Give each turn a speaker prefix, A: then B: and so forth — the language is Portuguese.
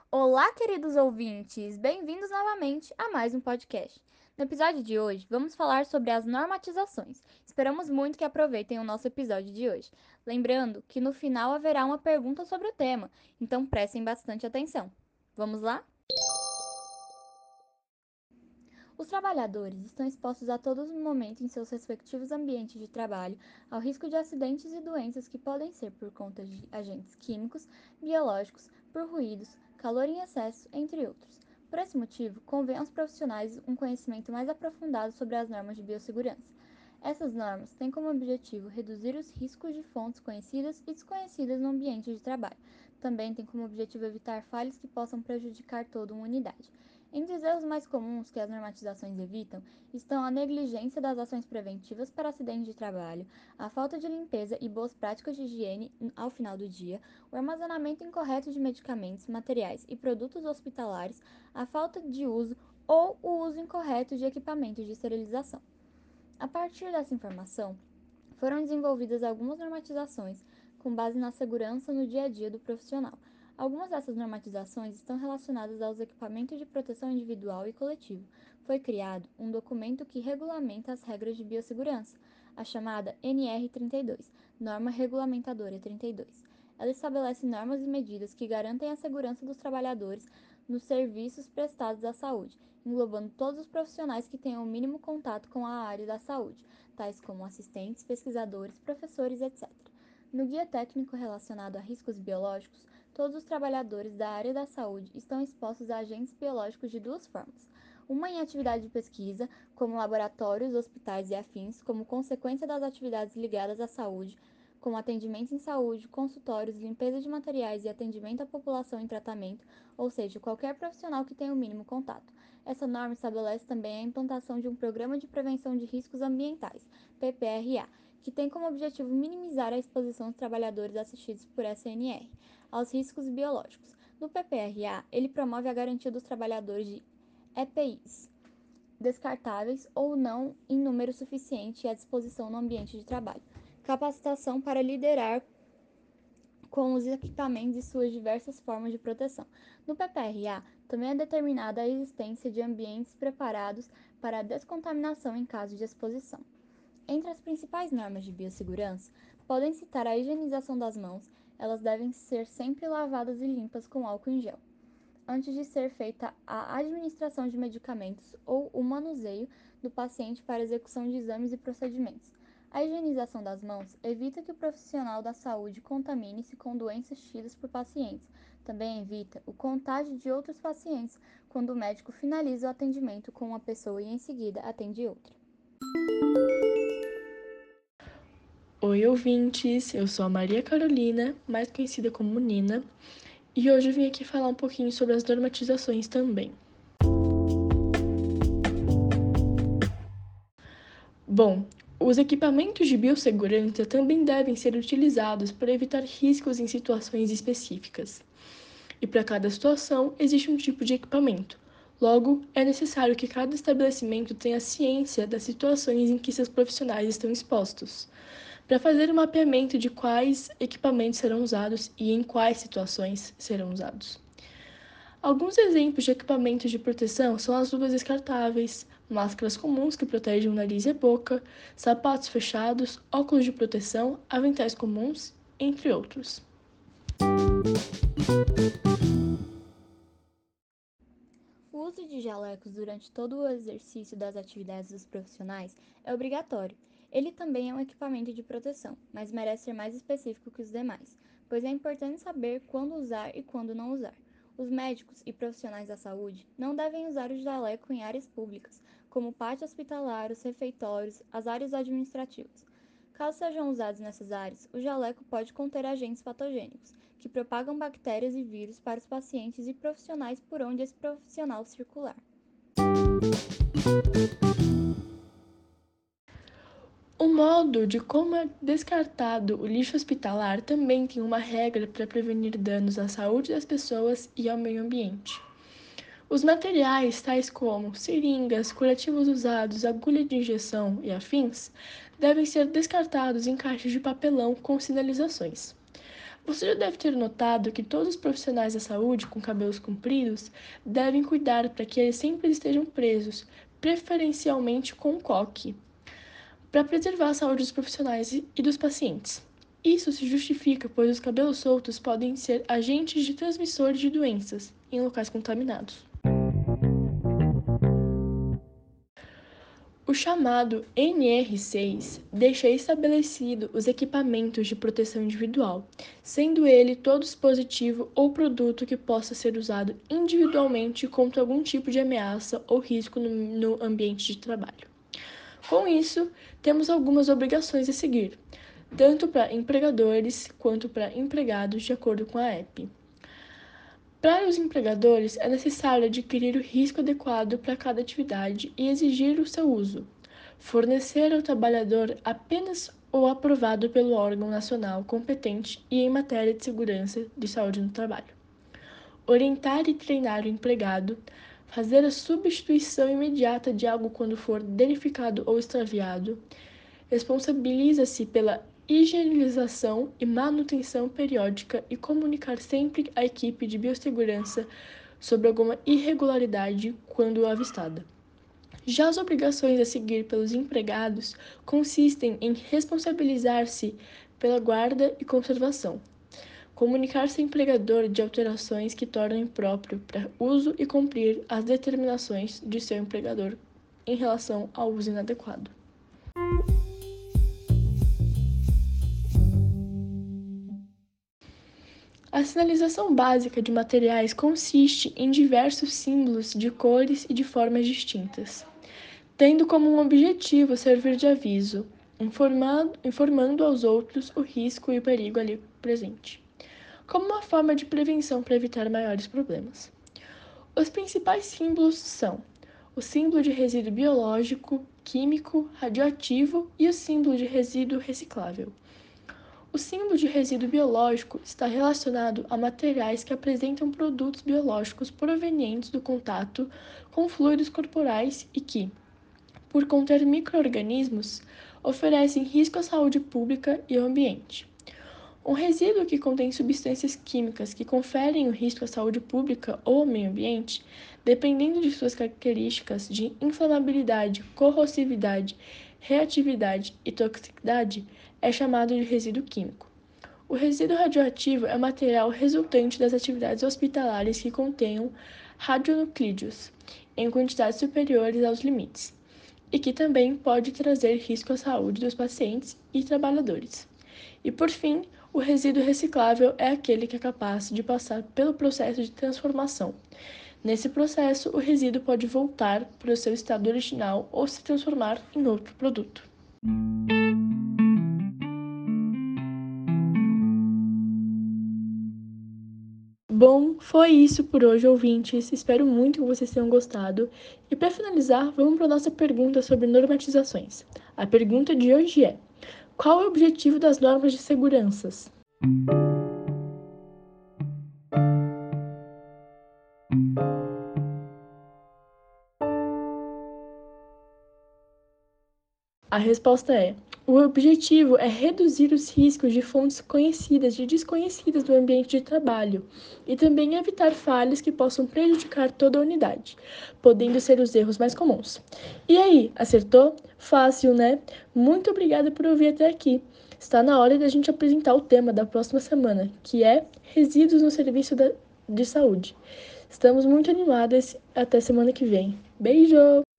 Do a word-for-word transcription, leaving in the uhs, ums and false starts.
A: Olá, queridos ouvintes! Bem-vindos novamente a mais um podcast. No episódio de hoje, vamos falar sobre as normatizações. Esperamos muito que aproveitem o nosso episódio de hoje. Lembrando que no final haverá uma pergunta sobre o tema, então prestem bastante atenção. Vamos lá? Os trabalhadores estão expostos a todo momento em seus respectivos ambientes de trabalho ao risco de acidentes e doenças que podem ser por conta de agentes químicos, biológicos, por ruídos, calor em excesso, entre outros. Por esse motivo, convém aos profissionais um conhecimento mais aprofundado sobre as normas de biossegurança. Essas normas têm como objetivo reduzir os riscos de fontes conhecidas e desconhecidas no ambiente de trabalho. Também tem como objetivo evitar falhas que possam prejudicar toda uma unidade. Entre os erros mais comuns que as normatizações evitam estão a negligência das ações preventivas para acidentes de trabalho, a falta de limpeza e boas práticas de higiene ao final do dia, o armazenamento incorreto de medicamentos, materiais e produtos hospitalares, a falta de uso ou o uso incorreto de equipamentos de esterilização. A partir dessa informação, foram desenvolvidas algumas normatizações com base na segurança no dia a dia do profissional. Algumas dessas normatizações estão relacionadas aos equipamentos de proteção individual e coletivo. Foi criado um documento que regulamenta as regras de biossegurança, a chamada N R trinta e dois, Norma Regulamentadora trinta e dois. Ela estabelece normas e medidas que garantem a segurança dos trabalhadores nos serviços prestados à saúde, englobando todos os profissionais que tenham o mínimo contato com a área da saúde, tais como assistentes, pesquisadores, professores, etcétera. No guia técnico relacionado a riscos biológicos, todos os trabalhadores da área da saúde estão expostos a agentes biológicos de duas formas. Uma em atividade de pesquisa, como laboratórios, hospitais e afins, como consequência das atividades ligadas à saúde, como atendimento em saúde, consultórios, limpeza de materiais e atendimento à população em tratamento, ou seja, qualquer profissional que tenha o mínimo contato. Essa norma estabelece também a implantação de um Programa de Prevenção de Riscos Ambientais, P P R A, que tem como objetivo minimizar a exposição dos trabalhadores assistidos por S N R aos riscos biológicos. No P P R A, ele promove a garantia dos trabalhadores de E P Is descartáveis ou não em número suficiente e à disposição no ambiente de trabalho. Capacitação para liderar com os equipamentos e suas diversas formas de proteção. No P P R A, também é determinada a existência de ambientes preparados para a descontaminação em caso de exposição. Entre as principais normas de biossegurança, podem citar a higienização das mãos, elas devem ser sempre lavadas e limpas com álcool em gel, antes de ser feita a administração de medicamentos ou o manuseio do paciente para execução de exames e procedimentos. A higienização das mãos evita que o profissional da saúde contamine-se com doenças tidas por pacientes. Também evita o contágio de outros pacientes quando o médico finaliza o atendimento com uma pessoa e em seguida atende outra.
B: Oi, ouvintes! Eu sou a Maria Carolina, mais conhecida como Nina, e hoje eu vim aqui falar um pouquinho sobre as normatizações também. Bom, os equipamentos de biossegurança também devem ser utilizados para evitar riscos em situações específicas. E para cada situação existe um tipo de equipamento. Logo, é necessário que cada estabelecimento tenha ciência das situações em que seus profissionais estão expostos, para fazer um mapeamento de quais equipamentos serão usados e em quais situações serão usados. Alguns exemplos de equipamentos de proteção são as luvas descartáveis, máscaras comuns que protegem o nariz e a boca, sapatos fechados, óculos de proteção, aventais comuns, entre outros.
A: O uso de jalecos durante todo o exercício das atividades dos profissionais é obrigatório. Ele também é um equipamento de proteção, mas merece ser mais específico que os demais, pois é importante saber quando usar e quando não usar. Os médicos e profissionais da saúde não devem usar o jaleco em áreas públicas, como o pátio hospitalar, os refeitórios, as áreas administrativas. Caso sejam usados nessas áreas, o jaleco pode conter agentes patogênicos, que propagam bactérias e vírus para os pacientes e profissionais por onde esse profissional circular.
B: O modo de como é descartado o lixo hospitalar também tem uma regra para prevenir danos à saúde das pessoas e ao meio ambiente. Os materiais, tais como seringas, curativos usados, agulha de injeção e afins, devem ser descartados em caixas de papelão com sinalizações. Você já deve ter notado que todos os profissionais da saúde com cabelos compridos devem cuidar para que eles sempre estejam presos, preferencialmente com um coque, para preservar a saúde dos profissionais e dos pacientes. Isso se justifica pois os cabelos soltos podem ser agentes de transmissores de doenças em locais contaminados. O chamado N R seis deixa estabelecido os equipamentos de proteção individual, sendo ele todo dispositivo ou produto que possa ser usado individualmente contra algum tipo de ameaça ou risco no, no ambiente de trabalho. Com isso, temos algumas obrigações a seguir, tanto para empregadores quanto para empregados, de acordo com a E P. Para os empregadores, é necessário adquirir o risco adequado para cada atividade e exigir o seu uso. Fornecer ao trabalhador apenas o aprovado pelo órgão nacional competente e em matéria de segurança de saúde no trabalho. Orientar e treinar o empregado. Fazer a substituição imediata de algo quando for danificado ou extraviado. Responsabiliza-se pela higienização e manutenção periódica e comunicar sempre à equipe de biossegurança sobre alguma irregularidade quando avistada. Já as obrigações a seguir pelos empregados consistem em responsabilizar-se pela guarda e conservação, comunicar-se ao empregador de alterações que tornam impróprio para uso e cumprir as determinações de seu empregador em relação ao uso inadequado. A sinalização básica de materiais consiste em diversos símbolos de cores e de formas distintas, tendo como um objetivo servir de aviso, informando, informando aos outros o risco e o perigo ali presente, como uma forma de prevenção para evitar maiores problemas. Os principais símbolos são o símbolo de resíduo biológico, químico, radioativo e o símbolo de resíduo reciclável. O símbolo de resíduo biológico está relacionado a materiais que apresentam produtos biológicos provenientes do contato com fluidos corporais e que, por conter micro-organismos, oferecem risco à saúde pública e ao ambiente. Um resíduo que contém substâncias químicas que conferem o risco à saúde pública ou ao meio ambiente, dependendo de suas características de inflamabilidade, corrosividade, reatividade e toxicidade, é chamado de resíduo químico. O resíduo radioativo é o material resultante das atividades hospitalares que contenham radionuclídeos, em quantidades superiores aos limites, e que também pode trazer risco à saúde dos pacientes e trabalhadores. E, por fim, o resíduo reciclável é aquele que é capaz de passar pelo processo de transformação. Nesse processo, o resíduo pode voltar para o seu estado original ou se transformar em outro produto. Bom, foi isso por hoje, ouvintes. Espero muito que vocês tenham gostado. E para finalizar, vamos para a nossa pergunta sobre normatizações. A pergunta de hoje é: qual é o objetivo das normas de seguranças? A resposta é: o objetivo é reduzir os riscos de fontes conhecidas e desconhecidas do ambiente de trabalho e também evitar falhas que possam prejudicar toda a unidade, podendo ser os erros mais comuns. E aí, acertou? Fácil, né? Muito obrigada por ouvir até aqui. Está na hora de a gente apresentar o tema da próxima semana, que é resíduos no serviço de saúde. Estamos muito animadas. Até semana que vem. Beijo!